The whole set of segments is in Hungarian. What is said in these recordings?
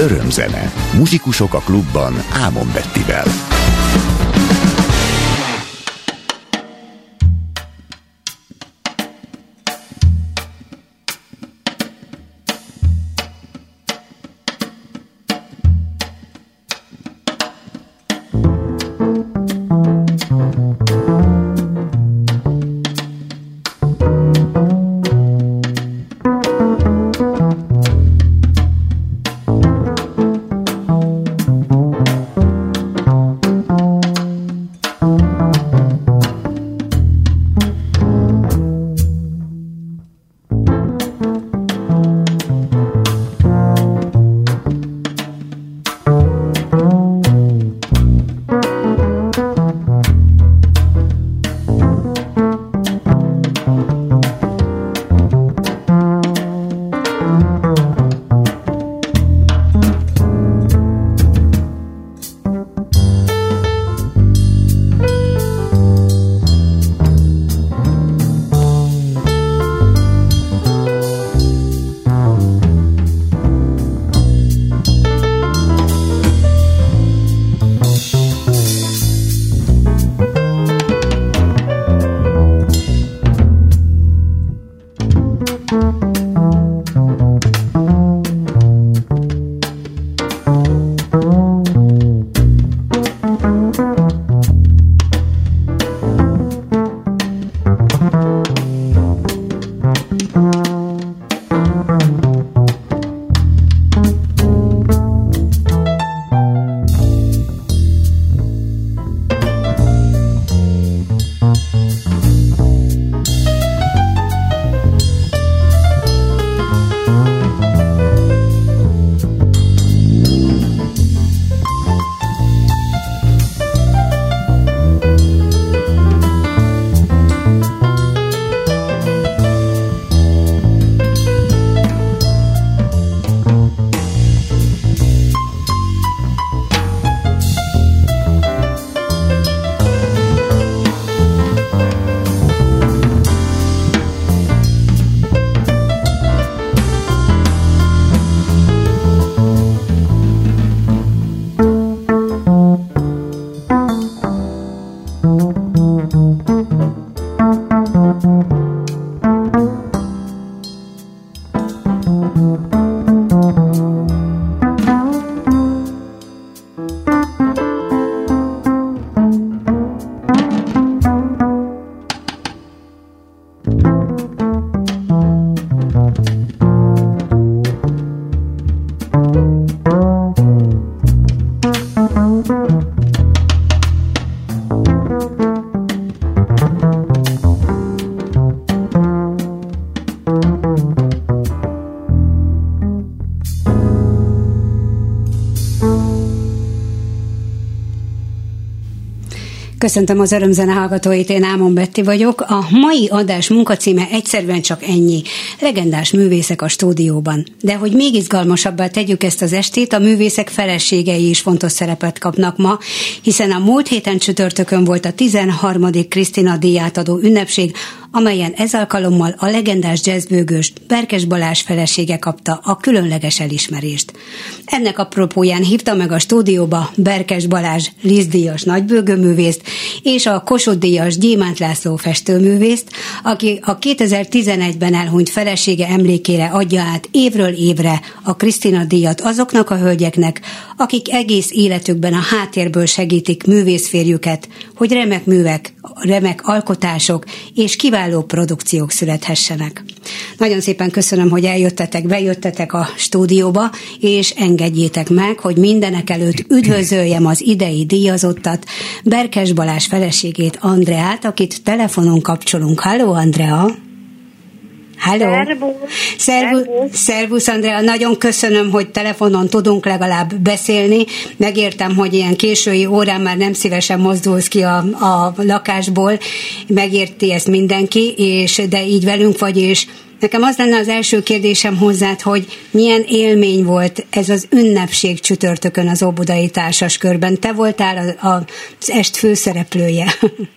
Örömzene. Muzsikusok a klubban Ámon Bettivel. Köszöntöm az Örömzene hallgatóit, én Ámon Betti vagyok. A mai adás munkacíme egyszerűen csak ennyi. Legendás művészek a stúdióban. De hogy még izgalmasabbá tegyük ezt az estét, a művészek feleségei is fontos szerepet kapnak ma, hiszen a múlt héten csütörtökön volt a 13. Krisztina díját adó ünnepség, amelyen ez alkalommal a legendás jazzbőgős Berkes Balázs felesége kapta a különleges elismerést. Ennek apropóján hívta meg a stúdióba Berkes Balázs Liszt-díjas nagybőgőművészt és a Kossuth-díjas Gyémánt László festőművészt, aki a 2011-ben elhunyt felesége emlékére adja át évről évre a Krisztina díjat azoknak a hölgyeknek, akik egész életükben a háttérből segítik művészférjüket, hogy remek művek, remek alkotások és kiváló produkciók születhessenek. Nagyon szépen köszönöm, hogy bejöttetek a stúdióba, és engedjétek meg, hogy mindenek előtt üdvözöljem az idei díjazottat, Berkes Balázs feleségét, Andreát, akit telefonon kapcsolunk. Halló, Andrea! Halló! Szervusz, Andrea! Nagyon köszönöm, hogy telefonon tudunk legalább beszélni. Megértem, hogy ilyen késői órán már nem szívesen mozdulsz ki a lakásból. Megérti ezt mindenki, de így velünk vagy, és nekem az lenne az első kérdésem hozzád, hogy milyen élmény volt ez az ünnepség csütörtökön az Óbudai Társaskörben. Te voltál az est főszereplője.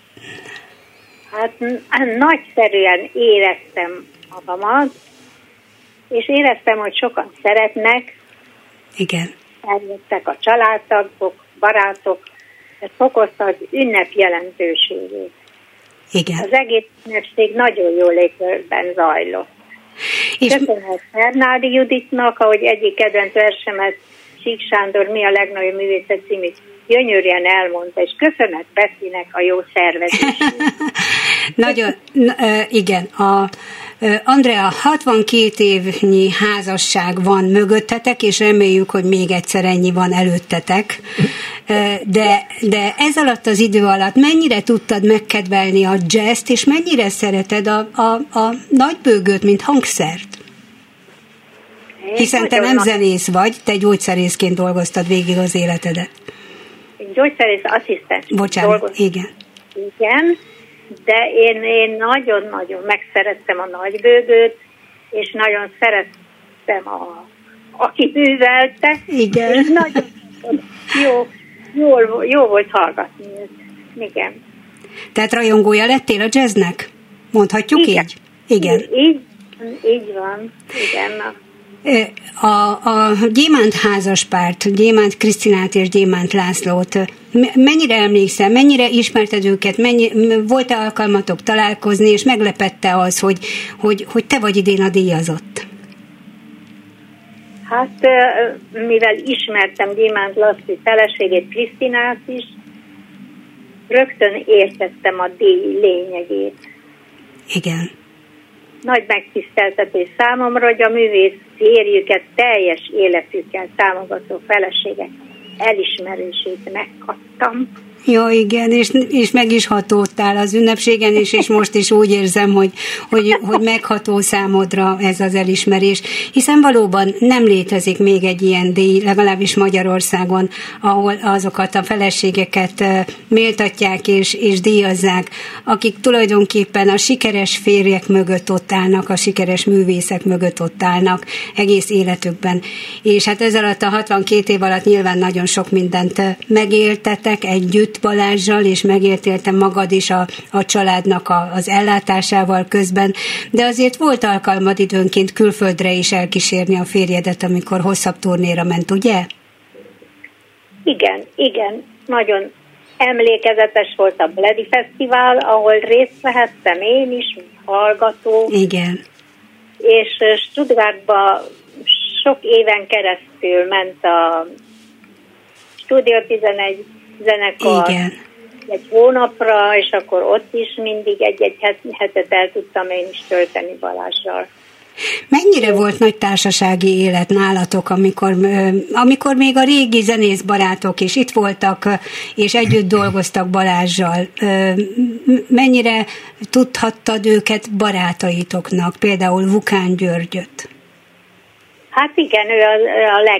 Hát nagyszerűen éreztem magamat, és éreztem, hogy sokan szeretnek, Igen. Eljöttek a családtagok, barátok, ez fokozta az ünnep jelentőségét. Igen. Az egész ünnepség nagyon jó légkörben zajlott. Köszönhet Hernádi Juditnak, ahogy egyik kedvenc versemet Sík Sándor Mi a legnagyobb művészet című gyönyörűen elmondta, és köszönet Bettinek a jó szervezését. Nagyon, igen. Andrea, 62 évnyi házasság van mögöttetek, és reméljük, hogy még egyszer ennyi van előttetek. De ez alatt az idő alatt mennyire tudtad megkedvelni a jazzt, és mennyire szereted a nagybőgőt, mint hangszert? Hiszen te nem zenész vagy, te gyógyszerészként dolgoztad végig az életedet. Gyógyszerész asszisztens. Bocsánat, igen. Igen, de én nagyon-nagyon megszerettem a nagybőgőt, és nagyon szerettem aki művelte. Igen. És nagyon jó volt hallgatni őt. Igen. Tehát rajongója lettél a jazznek? Mondhatjuk igen. így? Igen. Így van. Igen. A Gyémánt házaspárt, Gyémánt Krisztinát és Gyémánt Lászlót, mennyire emlékszel, mennyire ismerted őket, volt-e alkalmatok találkozni, és meglepette az, hogy te vagy idén a díjazott? Hát, mivel ismertem Gyémánt Lasszi feleségét, Krisztinát is, rögtön értettem a díj lényegét. Igen. Nagy megtiszteltetés számomra, hogy a művész férjüket teljes életükkel támogató feleségek elismerését megkaptam. Jó, igen, és meg is hatódtál az ünnepségen is, és most is úgy érzem, hogy megható számodra ez az elismerés, hiszen valóban nem létezik még egy ilyen díj, legalábbis Magyarországon, ahol azokat a feleségeket méltatják és díjazzák, akik tulajdonképpen a sikeres férjek mögött ott állnak, a sikeres művészek mögött ott állnak egész életükben. És hát ez alatt a 62 év alatt nyilván nagyon sok mindent megéltetek együtt Balázssal, és megéltél te magad is a családnak az ellátásával közben, de azért volt alkalmad időnként külföldre is elkísérni a férjedet, amikor hosszabb turnéra ment, ugye? Igen. Nagyon emlékezetes volt a Bledi Fesztivál, ahol részt vehettem én is, mint hallgató. Igen. És Stuttgartba sok éven keresztül ment a Studio 11 zenekar. Igen. Egy hónapra, és akkor ott is mindig egy hetet el tudtam én is tölteni Balázssal. Mennyire volt nagy társasági élet nálatok, amikor még a régi zenészbarátok is itt voltak, és együtt dolgoztak Balázssal? Mennyire tudhattad őket barátaitoknak, például Vukán Györgyöt? Hát igen, ő a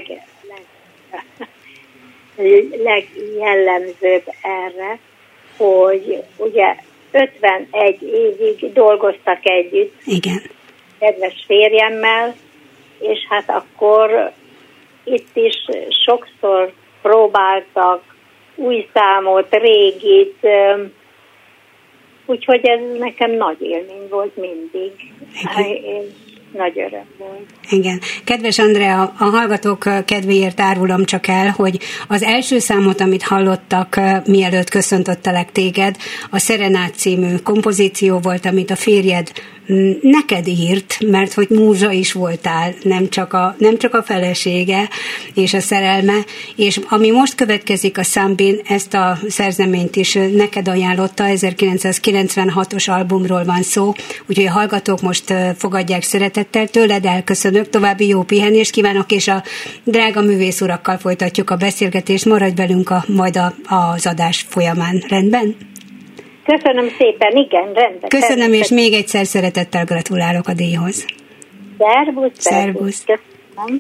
legjellemzőbb erre, hogy ugye 51 évig dolgoztak együtt. Igen. Kedves férjemmel, és hát akkor itt is sokszor próbáltak új számot, régit, úgyhogy ez nekem nagy élmény volt mindig. Nagy öröm volt. Igen. Kedves Andrea, a hallgatók kedvéért árulom csak el, hogy az első számot, amit hallottak, mielőtt köszöntöttelek téged, a Serenát című kompozíció volt, amit a férjed neked írt, mert hogy múzsa is voltál, nem csak a felesége és a szerelme, és ami most következik, a Sunbeam, ezt a szerzeményt is neked ajánlotta, 1996-os albumról van szó, úgyhogy a hallgatók most fogadják szeretettel, tőled elköszönök, további jó pihenést kívánok, és a drága művész urakkal folytatjuk a beszélgetést, maradj velünk majd az adás folyamán, rendben? Köszönöm szépen, igen, rendben. Köszönöm, és még egyszer szeretettel gratulálok a díjhoz. Szervusz. Köszönöm.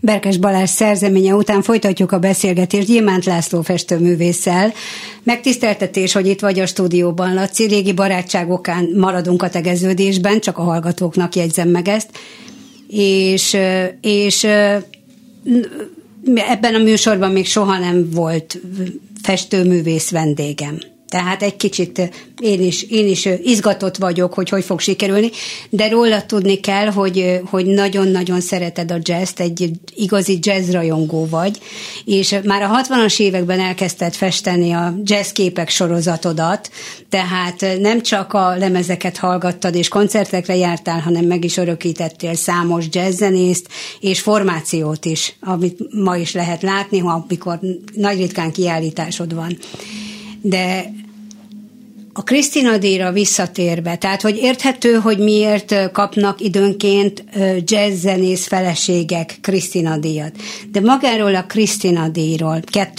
Berkes Balázs szerzeménye után folytatjuk a beszélgetést Gyémánt László festőművésszel. Megtiszteltetés, hogy itt vagy a stúdióban, Laci. Régi barátságokán maradunk a tegeződésben, csak a hallgatóknak jegyzem meg ezt. És ebben a műsorban még soha nem volt festőművész vendégem. Tehát egy kicsit én is izgatott vagyok, hogy fog sikerülni, de róla tudni kell, hogy nagyon-nagyon szereted a jazzt, egy igazi jazzrajongó vagy, és már a 60-as években elkezdted festeni a jazzképek sorozatodat, tehát nem csak a lemezeket hallgattad és koncertekre jártál, hanem meg is örökítettél számos jazzzenészt és formációt is, amit ma is lehet látni, amikor nagy ritkán kiállításod van. De a Krisztina-díjra visszatérve, tehát hogy érthető, hogy miért kapnak időnként jazzzenész feleségek Krisztina-díjat. De magáról a Krisztina-díjról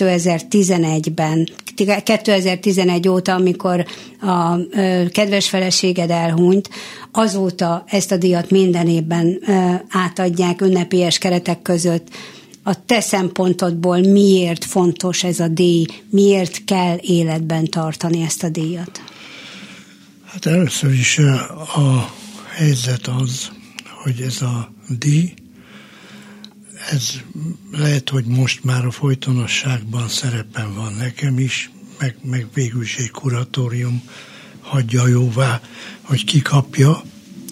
2011 óta, amikor a kedves feleséged elhunyt, azóta ezt a díjat minden évben átadják ünnepélyes keretek között. A te szempontodból miért fontos ez a díj? Miért kell életben tartani ezt a díjat? Hát először is a helyzet az, hogy ez a díj, ez lehet, hogy most már a folytonosságban szerepen van nekem is, meg végül is egy kuratórium hagyja jóvá, hogy ki kapja.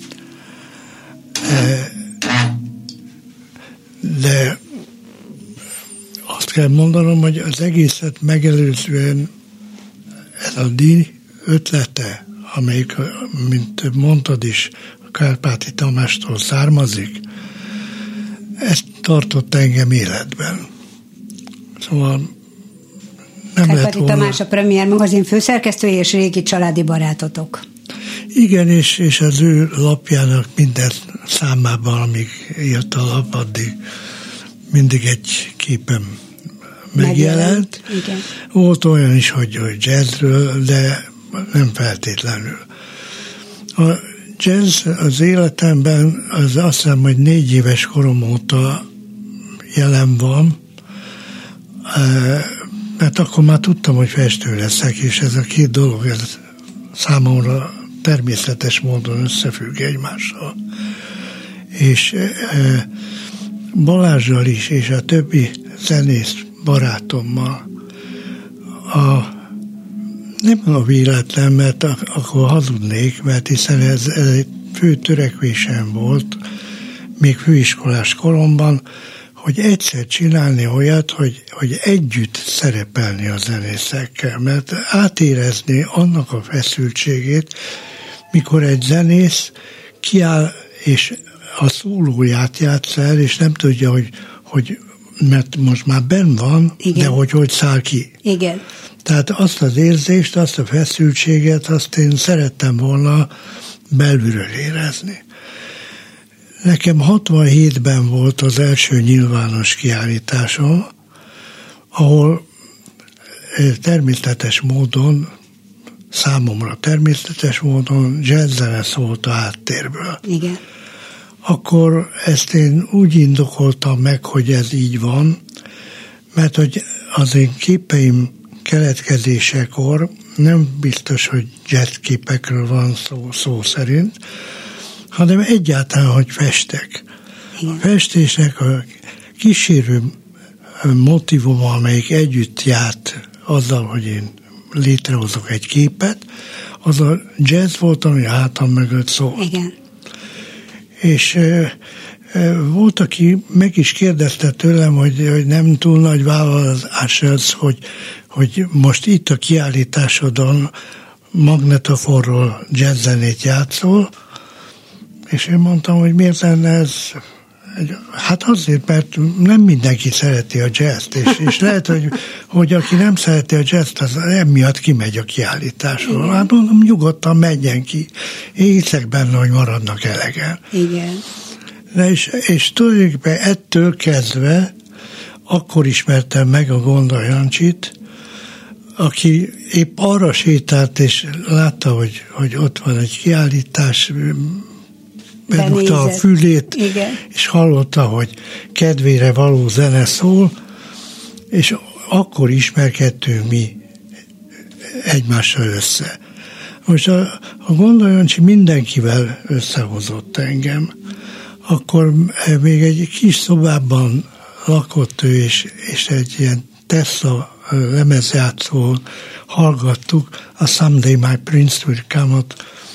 De azt kell mondanom, hogy az egészet megelőzően ez a díj ötlete, amelyik, mint mondtad is, a Kárpáti Tamástól származik, ezt tartott engem életben. Szóval nem Kárpáti Tamás a Premier magazin főszerkesztője és régi családi barátotok. Igen, és az ő lapjának minden számában, amíg írt a lap, addig mindig egy képem megjelent. Igen. Volt olyan is, hogy jazzről, de nem feltétlenül. A jazz az életemben az azt hiszem, hogy 4 éves korom óta jelen van, mert akkor már tudtam, hogy festő leszek, és ez a két dolog ez számomra természetes módon összefügg egymással. És Balázsral is, és a többi zenész barátommal nem a véletlen, mert akkor hazudnék, mert hiszen ez egy fő törekvésem volt, még főiskolás koromban, hogy egyszer csinálni olyat, hogy együtt szerepelni a zenészekkel, mert átérezni annak a feszültségét, mikor egy zenész kiáll, és a szólóját játsz el, és nem tudja, hogy mert most már benn van, igen, de hogy száll ki. Igen. Tehát azt az érzést, azt a feszültséget, azt én szerettem volna belülről érezni. Nekem 67-ben volt az első nyilvános kiállításom, ahol természetes módon, számomra természetes módon jazzzene szólt a háttérből. Igen. Akkor ezt én úgy indokoltam meg, hogy ez így van, mert hogy az én képeim keletkezésekor nem biztos, hogy jazzképekről van szó szerint, hanem egyáltalán, hogy festek. Igen. A festésnek a kísérő motívuma, amelyik együtt járt azzal, hogy én létrehozok egy képet, az a jazz volt, ami hátam mögött szólt. Igen. És volt, aki meg is kérdezte tőlem, hogy nem túl nagy vállalás az, hogy most itt a kiállításodon magnetofonról jazzzenét játszol, és én mondtam, hogy miért lenne ez. Hát azért, mert nem mindenki szereti a jazzt, és lehet, hogy aki nem szereti a jazzt, az emiatt kimegy a kiállításról. Hát mondom, nyugodtan menjen ki. Én hiszek benne, hogy maradnak elegen. Igen. És tulajdonképpen ettől kezdve akkor ismertem meg a Gonda Jancsit, aki épp arra sétált, és látta, hogy ott van egy kiállítás, bedugta a fülét, igen, és hallotta, hogy kedvére való zene szól, és akkor ismerkedtünk mi egymással össze. Most a Gondol Jancsi mindenkivel összehozott engem. Akkor még egy kis szobában lakott ő, és egy ilyen Tesla lemezjátszón hallgattuk a Someday My Prince Will Come-ot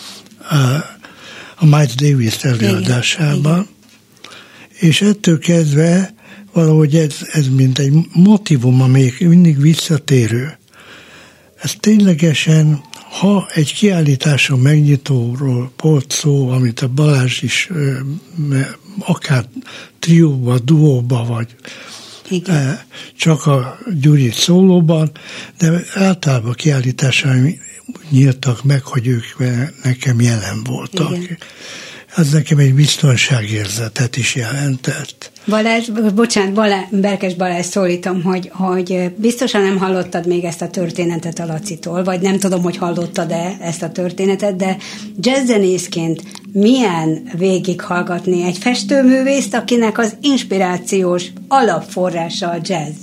a Miles Davis előadásában. Igen. És ettől kezdve valahogy ez mint egy motivum, amelyik mindig visszatérő. Ez ténylegesen, ha egy kiállításon megnyitóról volt szó, amit a Balázs is akár trióba, duóba, vagy igen, csak a Gyuri szólóban, de általában kiállításon nyíltak meg, hogy ők nekem jelen voltak. Igen. Ez nekem egy biztonságérzetet is jelentett. Balázs, bocsánat, Berkes Balázs szólítom, hogy biztosan nem hallottad még ezt a történetet a Lacitól, vagy nem tudom, hogy hallottad-e ezt a történetet, de jazzzenészként milyen végighallgatni egy festőművészt, akinek az inspirációs alapforrása a jazz?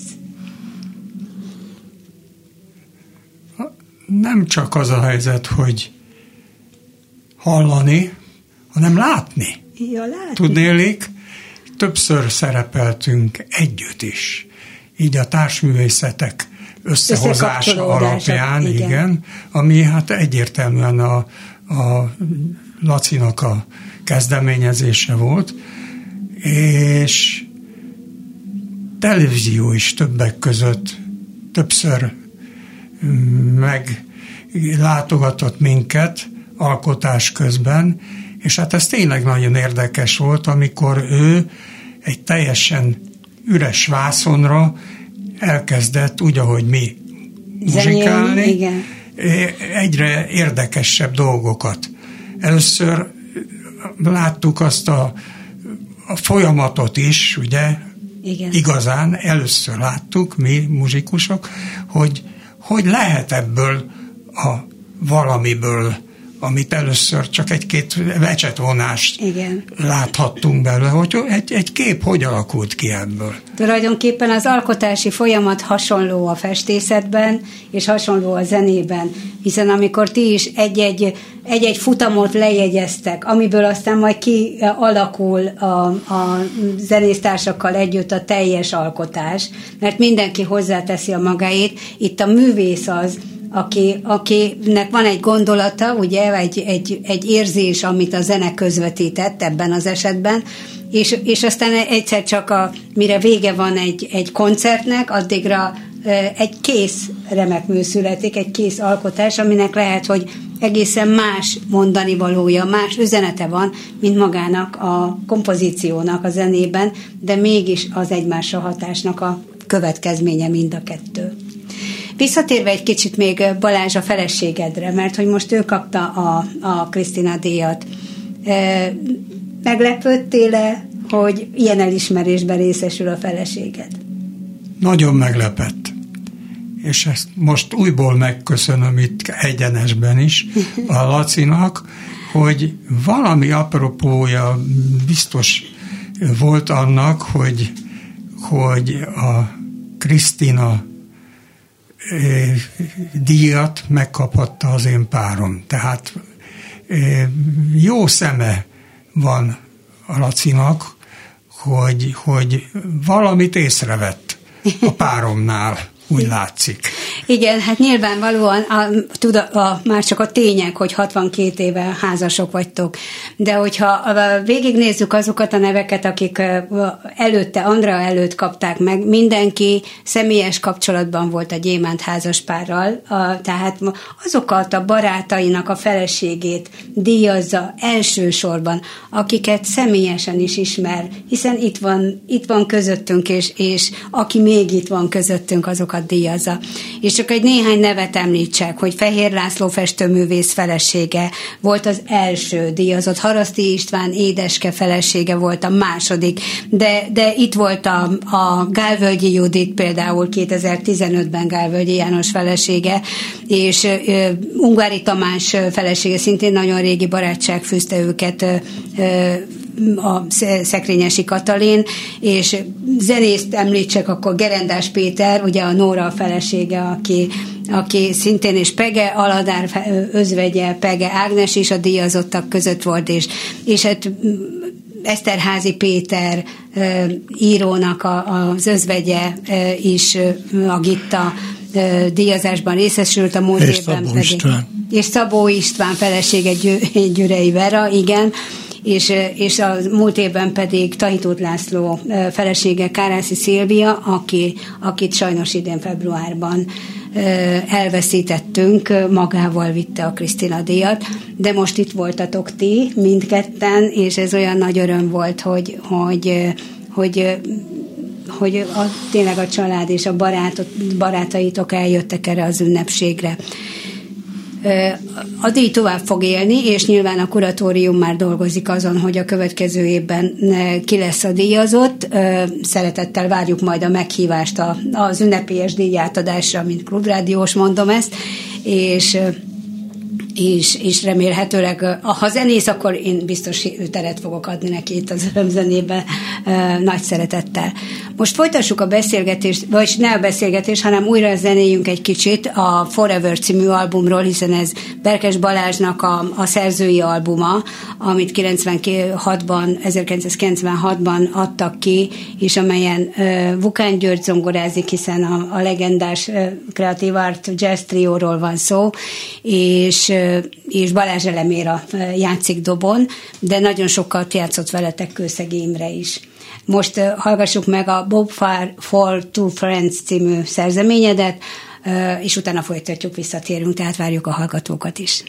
Nem csak az a helyzet, hogy hallani, hanem látni. Ja, látni. Tudnélik, többször szerepeltünk együtt is. Így a társművészetek összehozása alapján, igen, ami hát egyértelműen a Lacinak a kezdeményezése volt, és televízió is többek között többször meglátogatott minket alkotás közben, és hát ez tényleg nagyon érdekes volt, amikor ő egy teljesen üres vászonra elkezdett, úgy, ahogy mi muzsikálni, egyre érdekesebb dolgokat. Először láttuk azt a folyamatot is, ugye, igen, igazán először láttuk mi muzsikusok, hogy lehet ebből a valamiből, amit először csak egy-két vecsetvonást láthattunk belőle, hogy egy kép hogy alakult ki ebből. Tulajdonképpen az alkotási folyamat hasonló a festészetben, és hasonló a zenében, hiszen amikor ti is egy-egy futamot lejegyeztek, amiből aztán majd kialakul a zenésztársakkal együtt a teljes alkotás, mert mindenki hozzáteszi a magáét, itt a művész az, akinek van egy gondolata, ugye, egy érzés, amit a zene közvetített ebben az esetben, és aztán egyszer csak mire vége van egy koncertnek, addigra egy kész remek mű születik, egy kész alkotás, aminek lehet, hogy egészen más mondani valója, más üzenete van, mint magának a kompozíciónak a zenében, de mégis az egymásra hatásnak a következménye mind a kettő. Visszatérve egy kicsit még Balázs a feleségedre, mert hogy most ő kapta a Krisztina díjat. Meglepődtél-e, hogy ilyen elismerésben részesül a feleséged? Nagyon meglepett. És ezt most újból megköszönöm itt egyenesben is a Lacinak, hogy valami apropója biztos volt annak, hogy a Krisztina díjat megkaphatta az én párom. Tehát jó szeme van a Lacinak, hogy valamit észrevett a páromnál, úgy látszik. Igen, hát nyilvánvalóan már csak a tények, hogy 62 éve házasok vagytok, de hogyha végignézzük azokat a neveket, akik előtte, Andrea előtt kapták meg, mindenki személyes kapcsolatban volt a gyémánt házaspárral, tehát azokat a barátainak a feleségét díjazza elsősorban, akiket személyesen is ismer, hiszen itt van közöttünk, és aki még itt van közöttünk, azokat díjazza. És És csak egy néhány nevet említsek, hogy Fehér László festőművész felesége volt az első díjazott, Haraszti István édeske felesége volt a második, de itt volt a Gálvölgyi Judit például 2015-ben Gálvölgyi János felesége, és Ungvári Tamás felesége, szintén nagyon régi barátság fűzte őket, a Szekrényesi Katalin, és zenészt említsek, akkor Gerendás Péter, ugye a Nóra felesége, aki szintén, és Pege Aladár özvegye, Pege Ágnes is a díjazottak között volt, és hát Eszterházy Péter írónak az özvegye is, a Gitta díjazásban részesült, a múlt évben pedig. És Szabó István felesége Gyürei Vera, igen, és a múlt évben pedig Tahitóth László felesége Kárászi Szilvia, akit sajnos idén februárban elveszítettünk, magával vitte a Krisztina díjat, de most itt voltatok ti mindketten, és ez olyan nagy öröm volt, hogy tényleg a család és a barátaitok eljöttek erre az ünnepségre. A díj tovább fog élni, és nyilván a kuratórium már dolgozik azon, hogy a következő évben ki lesz a díjazott. Szeretettel várjuk majd a meghívást az ünnepélyes díjátadásra, mint klubrádiós, mondom ezt, és remélhetőleg, ha zenész, akkor én biztos teret fogok adni neki itt az örömzenében nagy szeretettel. Most folytassuk a beszélgetést, vagy ne a beszélgetést, hanem újra zenéljünk egy kicsit a Forever című albumról, hiszen ez Berkes Balázsnak a szerzői albuma, amit 1996-ban adtak ki, és amelyen Vukán György zongorázik, hiszen a legendás Creative Art Jazz Trióról van szó, és Balázs Eleméra játszik dobon, de nagyon sokat játszott veletek Kőszegi Imre is. Most hallgassuk meg a Bob for Two Friends című szerzeményedet, és utána folytatjuk, visszatérünk, tehát várjuk a hallgatókat is.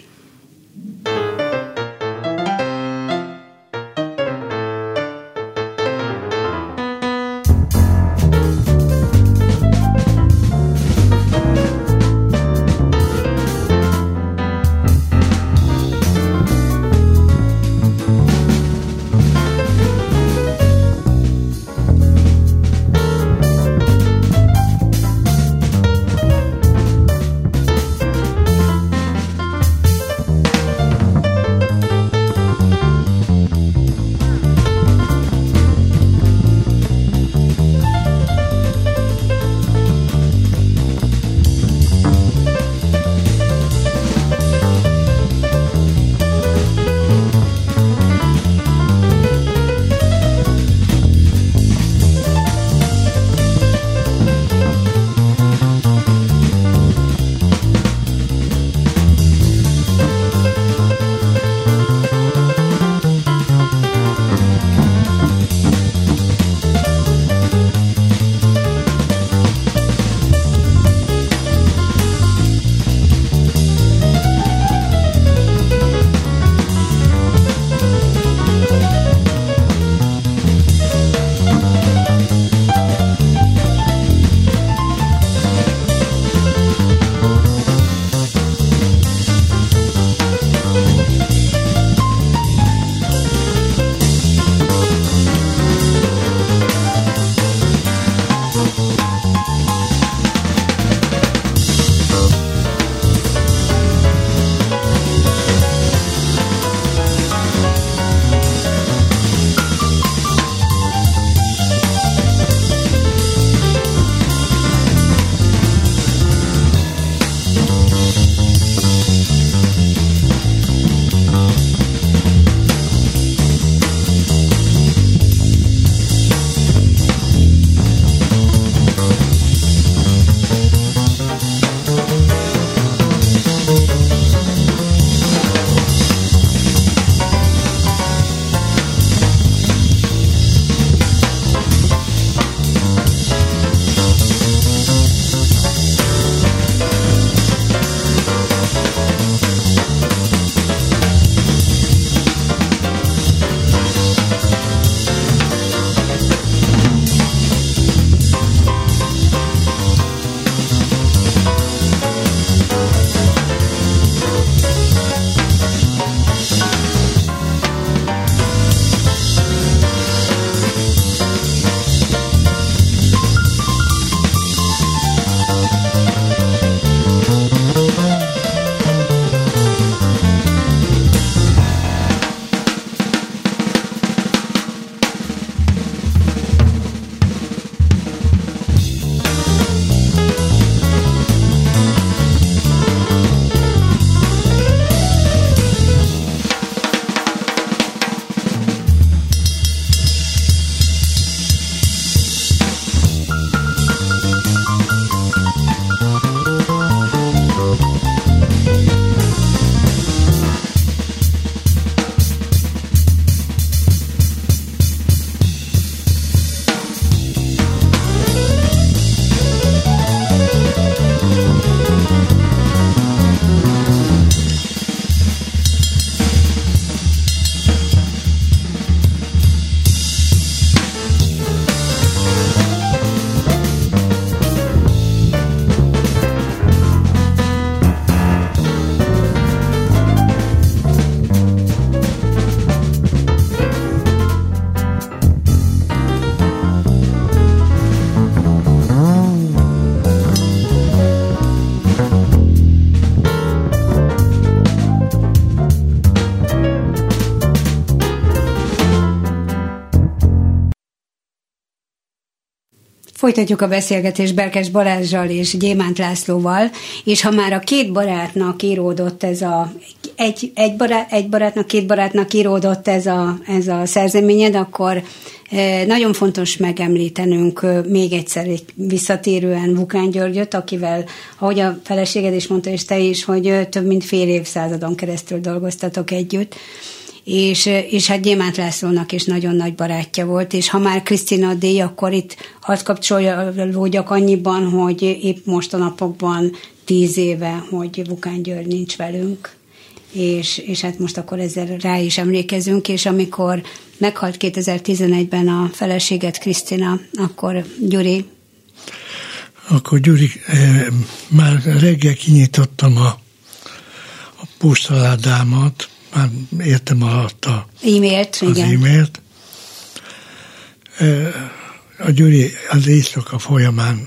Folytatjuk a beszélgetést Berkes Balázssal és Gyémánt Lászlóval, és ha már a két barátnak íródott ez a két barátnak íródott ez a szerzeményed, akkor nagyon fontos megemlítenünk még egyszer visszatérően Vukán Györgyöt, akivel, ahogy a feleséged is mondta, és te is, hogy több mint fél évszázadon keresztül dolgoztatok együtt, és hát Gyémánt Lászlónak is nagyon nagy barátja volt, és ha már Krisztina díj, akkor itt hadd kapcsolódjak annyiban, hogy épp most a napokban 10 éve, hogy Vukán György nincs velünk, és hát most akkor ezzel rá is emlékezünk, és amikor meghalt 2011-ben a feleséget, Krisztina, akkor Gyuri? Akkor Gyuri, már reggel kinyitottam a postaládámat, már értem alatt az e-mailt. A Gyuri az éjszaka folyamán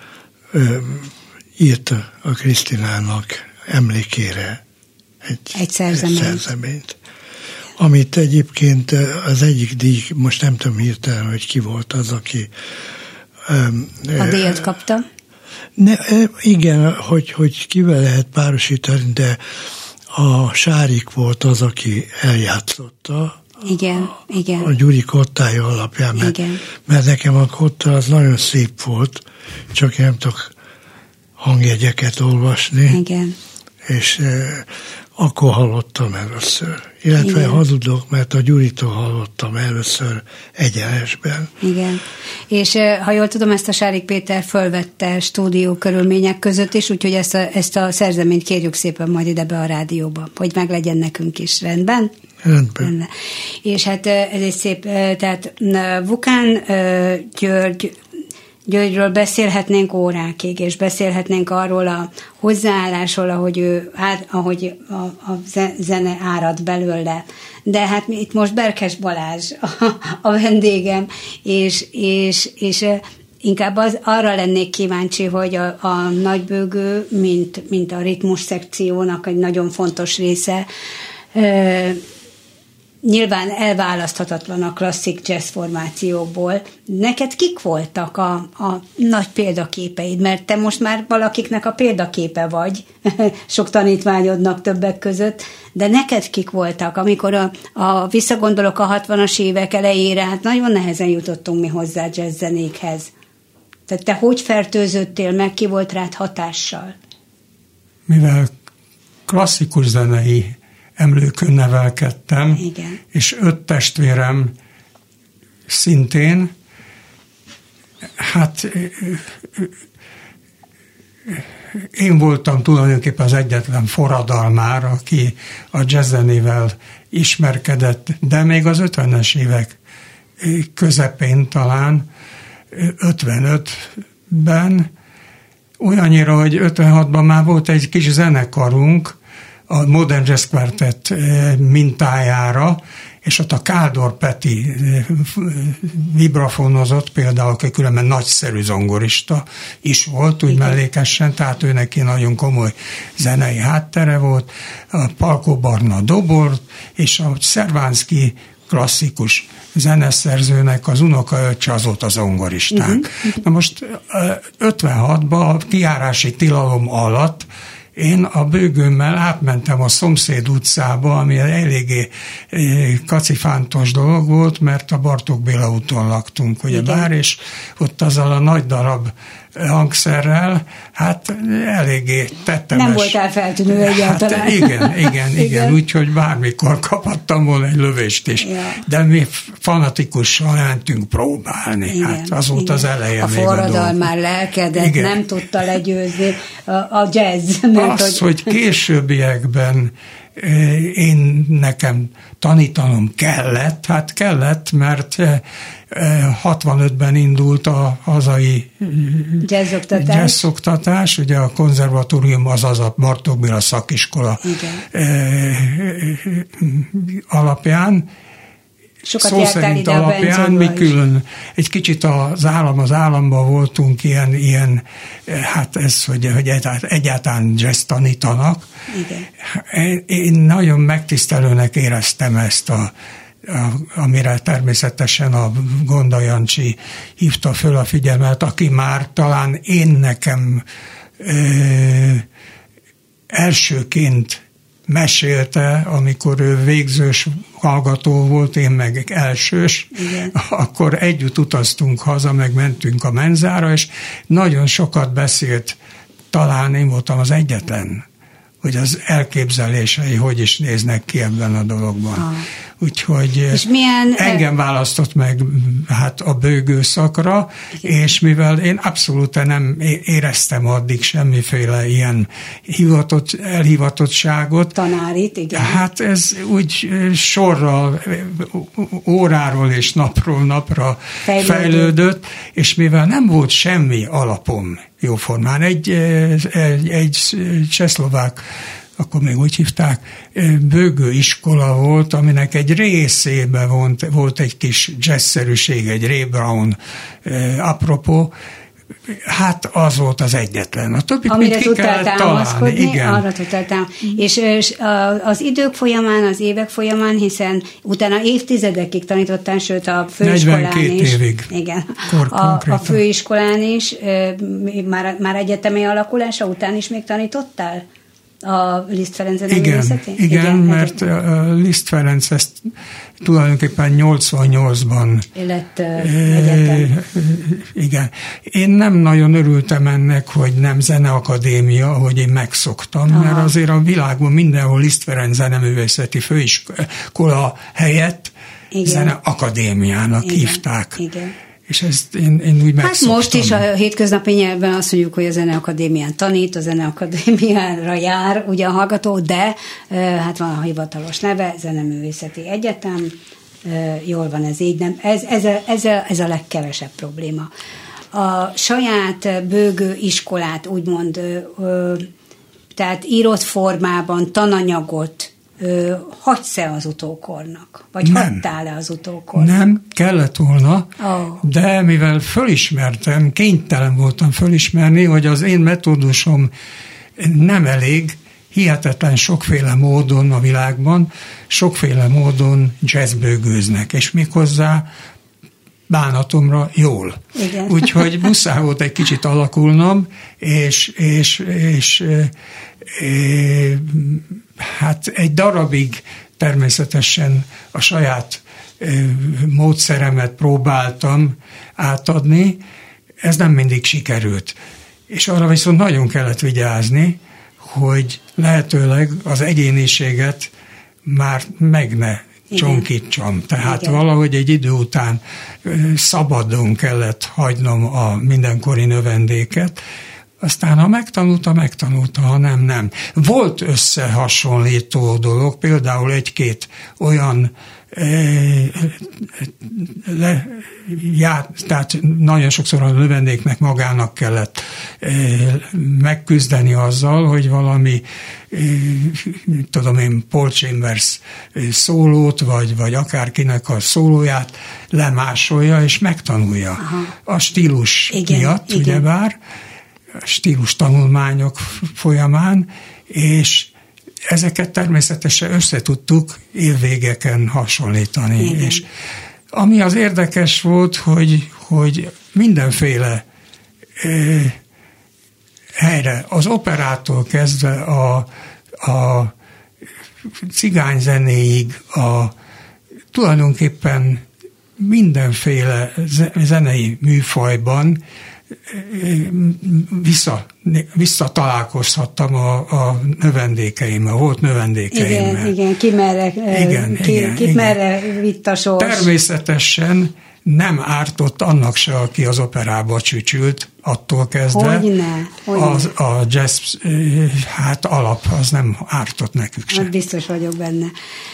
írt a Krisztinának emlékére egy szerzeményt. Amit egyébként az egyik díj, most nem tudom hirtelen, hogy ki volt az, aki a díjat kapta? Igen, hogy kivel lehet párosítani, de a Sárik volt az, aki eljátszotta. Igen. A Gyuri kottája alapján, mert nekem a kotta az nagyon szép volt, csak nem tudok hangjegyeket olvasni. Igen. És akkor hallottam először. Illetve hazudok, mert a Gyuritól hallottam először egyenesben. Igen. És ha jól tudom, ezt a Sárik Péter fölvette stúdió körülmények között is, úgyhogy ezt a szerzeményt kérjük szépen majd ide be a rádióba, hogy meglegyen nekünk is. Rendben? Rendben. És hát ez egy szép, tehát Vukán Györgyről beszélhetnénk órákig, és beszélhetnénk arról a hozzáállásról, ahogy a zene árad belőle. De hát itt most Berkes Balázs a vendégem, és inkább arra lennék kíváncsi, hogy a nagybőgő, mint a ritmus szekciónak egy nagyon fontos része, nyilván elválaszthatatlan a klasszik jazz formációkból. Neked kik voltak a nagy példaképeid? Mert te most már valakiknek a példaképe vagy, sok tanítványodnak többek között, de neked kik voltak? Amikor visszagondolok a 60-as évek elejére, hát nagyon nehezen jutottunk mi hozzá jazzzenékhez. Tehát te hogy fertőzöttél meg, ki volt rád hatással? Mivel klasszikus zenei emlőkön nevelkedtem, igen, és 5 testvérem szintén, hát én voltam tulajdonképpen az egyetlen forradalmár, aki a jazzzenével ismerkedett, de még az 50-es évek közepén talán, 55-ben, olyannyira, hogy 56-ban már volt egy kis zenekarunk, a Modern Jazz Quartet mintájára, és ott a Kádor Peti vibrafonozott például, aki különben nagyszerű zongorista is volt, úgy mellékesen, tehát ő neki nagyon komoly zenei háttere volt, a Palkó Barna dobort, és a Szervánszky klasszikus zeneszerzőnek az unokaöccse az volt a zongoristánk. Na most 56-ban a kijárási tilalom alatt én a bőgőmmel átmentem a szomszéd utcába, ami eléggé kacifántos dolog volt, mert a Bartók Béla úton laktunk, ugyebár, és ott azzal a nagy darab hangszerrel, hát eléggé tettemes. Nem voltál feltűnő egyáltalán. Hát igen, úgyhogy bármikor kaphattam volna egy lövést is. Ja. De mi fanatikusan mentünk próbálni. Igen, hát az volt az eleje a még a dolog. A forradalmár lelkedet nem tudta legyőzni a jazz. Azt, hogy későbbiekben nekem tanítanom kellett, mert 65-ben indult a hazai jazzoktatás, ugye a konzervatórium, azaz a Bartók Béla szakiskola alapján, szó szerint alapján, mi külön egy kicsit az államban voltunk ilyen hát ez, hogy egyáltalán jazz tanítanak. Igen. Én nagyon megtisztelőnek éreztem ezt a amire természetesen a Gonda Jancsi hívta föl a figyelmet, aki már talán nekem elsőként mesélte, amikor ő végzős hallgató volt, én meg elsős, igen. Akkor együtt utaztunk haza, meg mentünk a menzára, és nagyon sokat beszélt, talán én voltam az egyetlen, hogy az elképzelései hogy is néznek ki ebben a dologban. Úgyhogy engem választott meg hát a bőgőszakra, és mivel én abszolút nem éreztem addig semmiféle ilyen elhivatottságot. Tanárit, igen. Hát ez úgy sorral, óráról és napról napra fejlődött, és mivel nem volt semmi alapom jóformán, egy csehszlovák, akkor még úgy hívták, bőgőiskola volt, aminek egy részében volt egy kis jazzszerűség, egy Ray Brown apropó, hát az volt az egyetlen. A többit amire tudtál támaszkodni, igen. Arra tudtál támaszkodni. És az idők folyamán, az évek folyamán, hiszen utána évtizedekig tanítottál, sőt a főiskolán 42 is. évig. Igen. A főiskolán is, már egyetemi alakulása után is még tanítottál? A Liszt Ferenc zeneművészetén? Igen, mert Liszt Ferenc ezt tulajdonképpen 88-ban lett egyetem. Igen. Én nem nagyon örültem ennek, hogy nem zeneakadémia, hogy én megszoktam, mert azért a világban mindenhol Liszt Ferenc zeneművészeti főiskola helyett zeneakadémiának hívták. Igen. És ezt én úgy megszoktam. Hát most is a hétköznapi nyelven azt mondjuk, hogy a Zeneakadémián tanít, a Zeneakadémiára jár ugyan hallgató, de hát van a hivatalos neve, Zeneművészeti Egyetem, jól van ez így, nem? Ez a legkevesebb probléma. A saját bőgő iskolát úgymond, tehát írott formában, tananyagot hagysz-e az utókornak? Vagy hagytál-e az utókornak? Nem, kellett volna, de mivel fölismertem, kénytelen voltam fölismerni, hogy az én metódusom nem elég, hihetetlen sokféle módon a világban, sokféle módon jazzbőgőznek, és méghozzá bánatomra jól. Igen. Úgyhogy muszáj volt egy kicsit alakulnom, és hát egy darabig természetesen a saját módszeremet próbáltam átadni, ez nem mindig sikerült. És arra viszont nagyon kellett vigyázni, hogy lehetőleg az egyéniséget már meg ne csonkítsam. Tehát valahogy egy idő után szabadon kellett hagynom a mindenkori növendéket, aztán ha megtanulta, ha nem. Volt összehasonlító dolog, például egy-két olyan tehát nagyon sokszor a növendéknek magának kellett megküzdeni azzal, hogy valami tudom én, Paul Chambers szólót, vagy akárkinek a szólóját lemásolja és megtanulja. Aha. A stílus miatt, ugyebár, stílus tanulmányok folyamán, és ezeket természetesen összetudtuk évvégeken hasonlítani. Igen. És ami az érdekes volt, hogy mindenféle helyre, az operától kezdve a cigányzenéig, tulajdonképpen mindenféle zenei műfajban visszatalálkozhattam a növendékeimmel, volt növendékeimmel. Igen, ki merre vitt a sors. Természetesen nem ártott annak se, aki az operába csücsült, attól kezdve. Hogyne. A jazz alap az nem ártott nekük se. Hát biztos vagyok benne.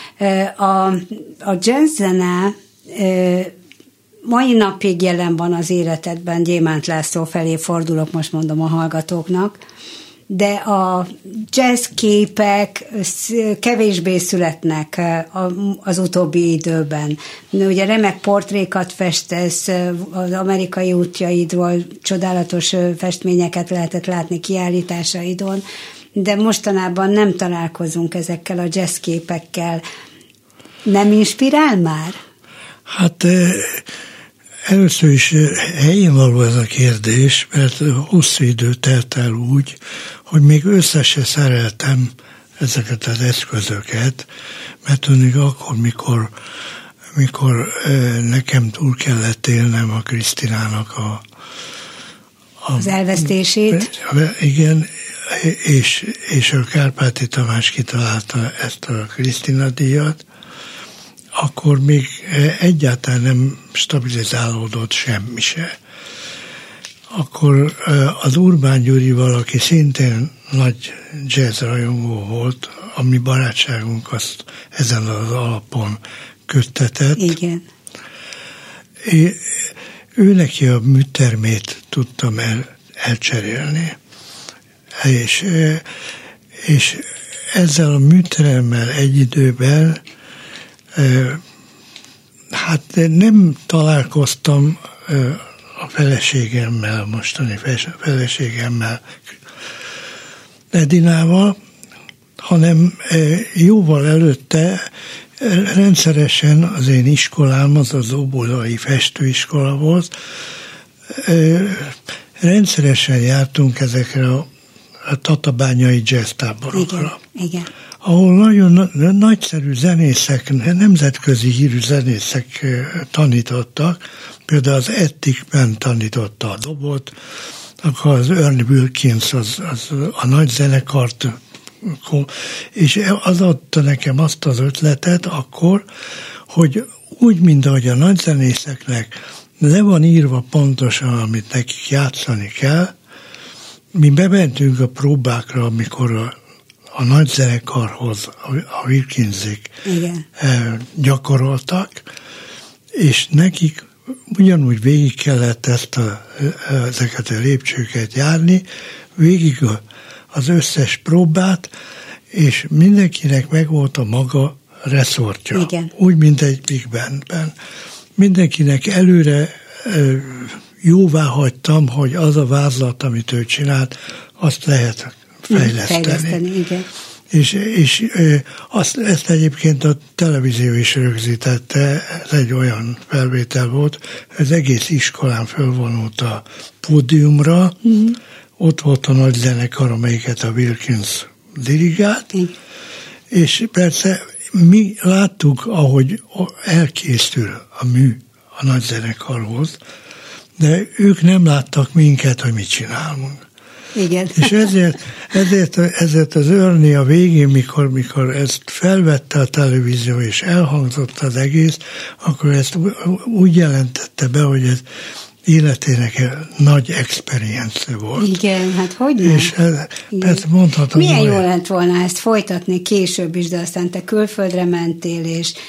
A jazz zene mai napig jelen van az életedben, Gyémánt László felé fordulok, most mondom a hallgatóknak, de a jazz képek kevésbé születnek az utóbbi időben. Ugye remek portrékat festesz, az amerikai útjaidról csodálatos festményeket lehetett látni kiállításaidon, de mostanában nem találkozunk ezekkel a jazz képekkel. Nem inspirál már? Hát először is helyén való ez a kérdés, mert hosszú idő telt el úgy, hogy még össze se szereltem ezeket az eszközöket, mert tudni akkor, mikor nekem túl kellett élnem a Krisztinának az elvesztését. Igen, és a Kárpáti Tamás kitalálta ezt a Krisztina díjat, akkor még egyáltalán nem stabilizálódott semmi se. Akkor az Urbán Gyurival, aki szintén nagy jazzrajongó volt, a mi barátságunk azt ezen az alapon köttetett. Igen. Ő neki a műtermét tudtam elcserélni. És ezzel a műteremmel egy időben hát nem találkoztam a feleségemmel, mostani feleségemmel, Edinával, hanem jóval előtte rendszeresen az én iskolám, az Óbudai festőiskola volt, rendszeresen jártunk ezekre a tatabányai jazztáborokra. Igen. Ahol nagyon nagyszerű zenészek, nemzetközi hírű zenészek tanítottak, például az Ettikben tanította a dobot, akkor az Ernie Wilkins az a nagy zenekart, és az adta nekem azt az ötletet akkor, hogy úgy, mint ahogy a nagy zenészeknek le van írva pontosan, amit nekik játszani kell, mi bementünk a próbákra, amikor a nagy zenekarhoz a Wilkinsék gyakoroltak, és nekik ugyanúgy végig kellett ezeket a lépcsőket járni, végig az összes próbát, és mindenkinek megvolt a maga reszortja. Igen. Úgy, mint egy Big Bandben. Mindenkinek előre jóvá hagytam, hogy az a vázlat, amit ő csinált, azt lehet fejleszteni. Igen. És ezt egyébként a televízió is rögzítette, ez egy olyan felvétel volt, az egész iskolán fölvonult a pódiumra, ott volt a nagy zenekar, amelyiket a Wilkins dirigált, és persze mi láttuk, ahogy elkészül a mű a nagy zenekarhoz, de ők nem láttak minket, hogy mit csinálunk. Igen. És ezért az Ernie a végén, mikor ezt felvette a televízió, és elhangzott az egész, akkor ezt úgy jelentette be, hogy ez életének nagy experience volt. Igen, hát hogy nem? És persze mondhatom. Milyen jó lett volna ezt folytatni később is, de aztán te külföldre mentél,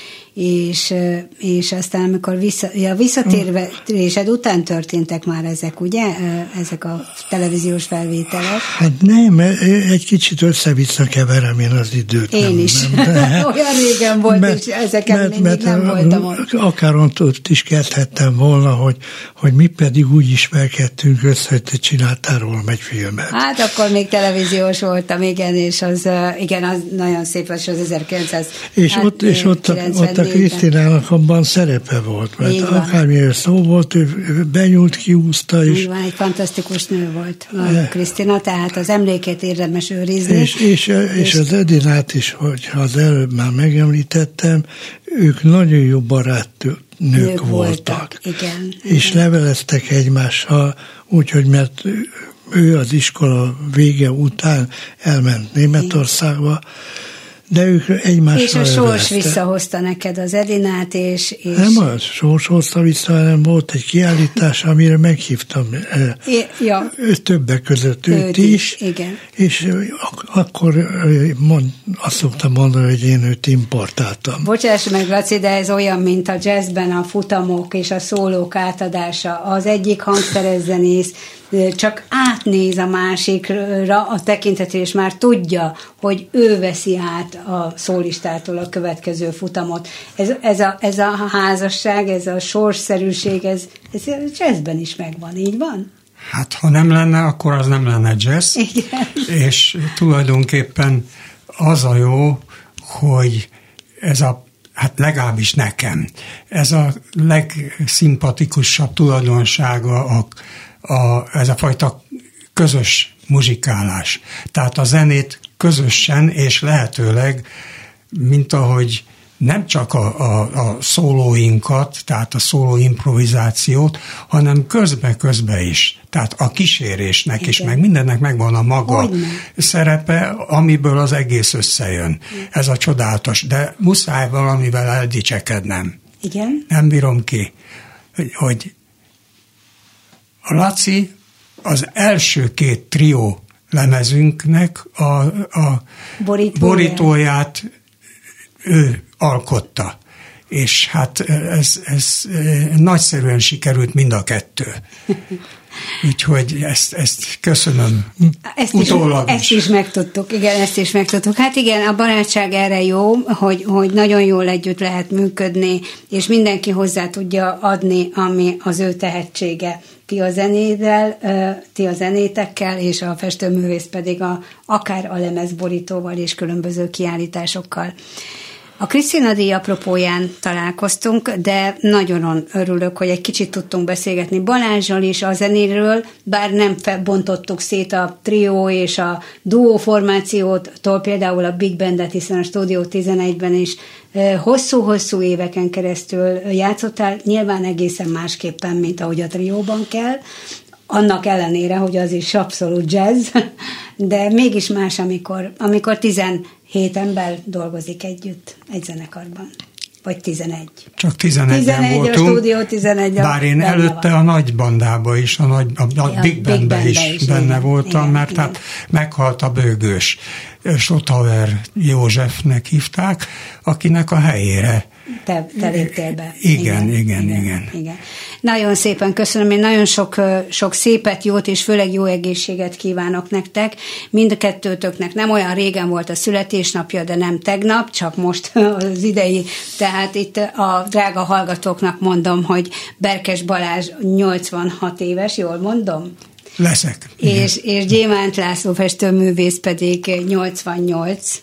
és aztán, amikor visszatérésed után történtek már ezek, ugye? Ezek a televíziós felvételek. Hát nem, egy kicsit össze-vissza keverem én az időt. Én is. Olyan régen volt, és ezeken mindig nem voltam ott. Akár ott is kezdhettem volna, hogy mi pedig úgy ismerkedtünk össze, hogy te csináltál rólam egy filmet. Hát akkor még televíziós voltam, igen, és az nagyon szép, az 1900. És ott a Krisztinának abban szerepe volt, mert akármilyen szó volt, ő benyúlt, kiúzta. És egy fantasztikus nő volt a Krisztina, tehát az emlékét érdemes őrizni. És az Edinát is, hogyha az előbb már megemlítettem, ők nagyon jó barátnők voltak. Igen. És leveleztek egymással, úgyhogy mert ő az iskola vége után elment Németországba, de ők egymással és a sors visszahozta neked az Edinát, és... Nem a sors hozta vissza, hanem volt egy kiállítás, amire meghívtam többek között őt is. Igen. És akkor azt szoktam mondani, hogy én őt importáltam. Bocsáss meg, Laci, de ez olyan, mint a jazzben a futamok és a szólók átadása. Az egyik hangszerezzenész csak átnéz a másikra a tekintetére, és már tudja, hogy ő veszi át a szólistától a következő futamot. Ez a házasság, ez a sorsszerűség, ez jazzben is megvan, így van? Hát, ha nem lenne, akkor az nem lenne jazz. Igen. És tulajdonképpen az a jó, hogy ez a hát legalábbis nekem, ez a legszimpatikusabb tulajdonsága ez a fajta közös muzsikálás. Tehát a zenét közösen és lehetőleg, mint ahogy nem csak a szólóinkat, tehát a szóló improvizációt, hanem közbe is. Tehát a kísérésnek igen. is, meg mindennek megvan a maga szerepe, amiből az egész összejön. Igen. Ez a csodálatos. De muszáj valamivel eldicsekednem. Igen. Nem bírom ki, hogy a Laci az első 2 trió lemezünknek a borítóját ő alkotta. És hát ez nagyszerűen sikerült mind a 2. Úgyhogy ezt köszönöm. Ezt is megtudtuk. Igen, ezt is megtudtuk. Hát igen, a barátság erre jó, hogy nagyon jól együtt lehet működni, és mindenki hozzá tudja adni, ami az ő tehetsége. Ti a zenével, ti a zenétekkel, és a festőművész pedig akár a lemezborítóval és különböző kiállításokkal. A Krisztina-díj apropóján találkoztunk, de nagyon örülök, hogy egy kicsit tudtunk beszélgetni Balázsral is a zenéről, bár nem bontottuk szét a trió és a duó formációtól, például a Big Bandet, hiszen a Stúdió 11-ben is hosszú-hosszú éveken keresztül játszottál, nyilván egészen másképpen, mint ahogy a trióban kell, annak ellenére, hogy az is abszolút jazz, de mégis más, amikor 17 ember dolgozik együtt egy zenekarban. Vagy 11. Csak 11-en voltunk. A Stúdió 11. Bár én előtte van. A nagy bandában is, a Big Bandben is benne igen, voltam, igen, mert igen. Hát meghalt a bőgős. Sothauer Józsefnek hívták, akinek a helyére te léptél be. Igen. Nagyon szépen köszönöm, én nagyon sok szépet, jót és főleg jó egészséget kívánok nektek. Mind a kettőtöknek nem olyan régen volt a születésnapja, de nem tegnap, csak most az idei. Tehát itt a drága hallgatóknak mondom, hogy Berkes Balázs 86 éves, jól mondom? Leszek. És Gyémánt László festőművész pedig 88.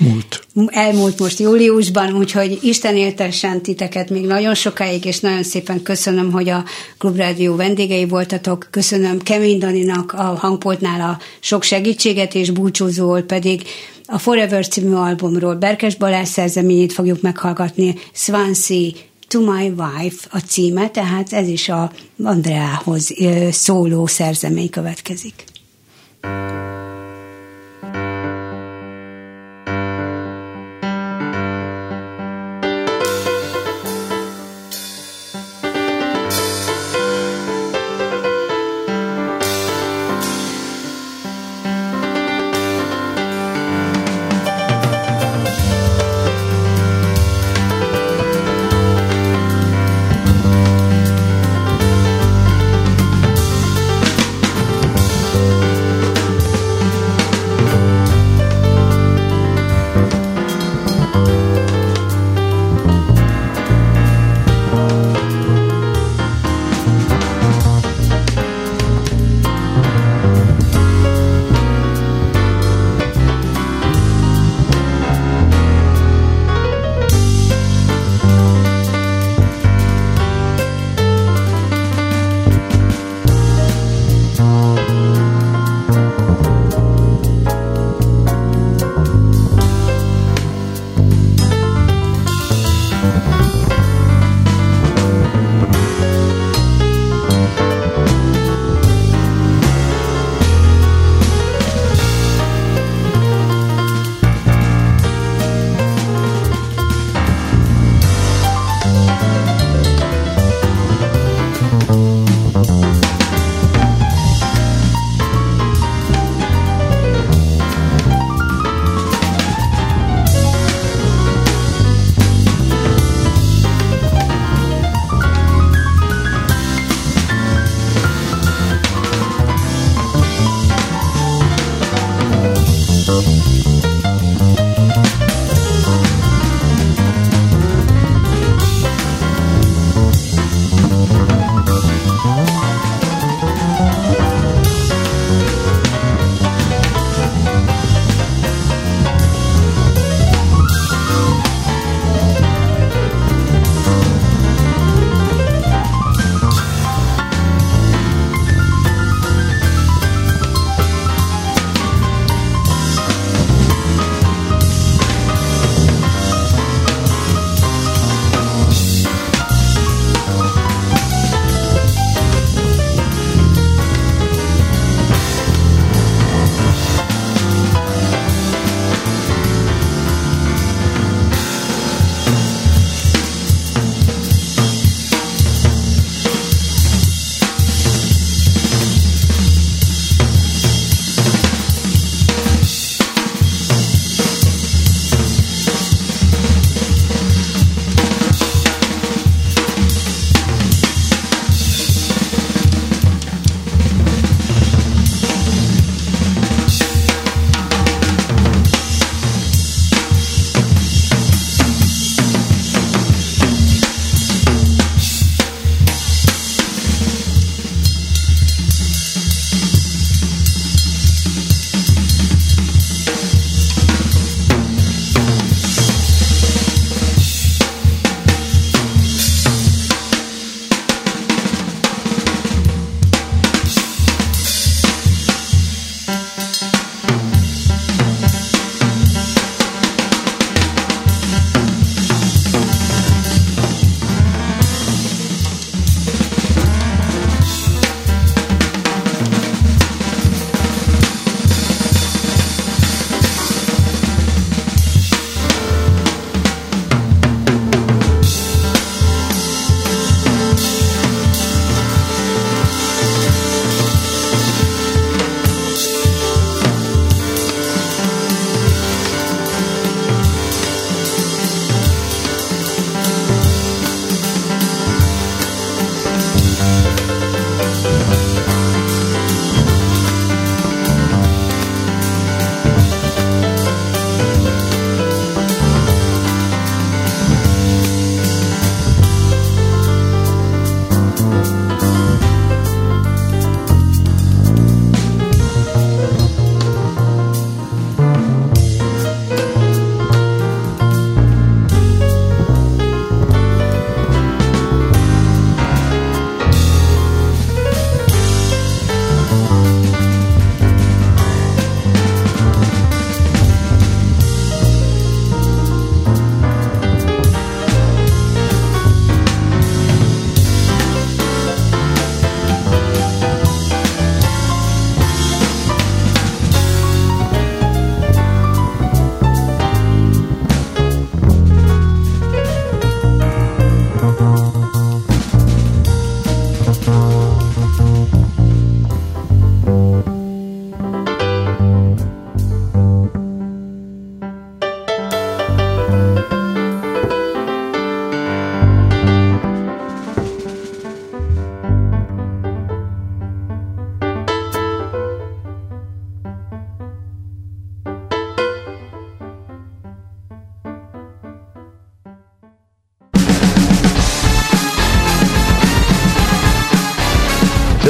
Elmúlt most júliusban, úgyhogy Isten éltessen titeket még nagyon sokáig, és nagyon szépen köszönöm, hogy a Klubrádió vendégei voltatok. Köszönöm Kemény Daninak a hangpultnál a sok segítséget, és búcsúzóul pedig a Forever című albumról Berkes Balázs szerzeményét fogjuk meghallgatni, Swansea To My Wife a címe, tehát ez is a Andreához szóló szerzemény következik.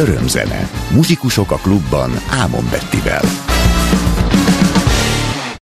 Örömzene. Muzsikusok a klubban Ámon Bettivel.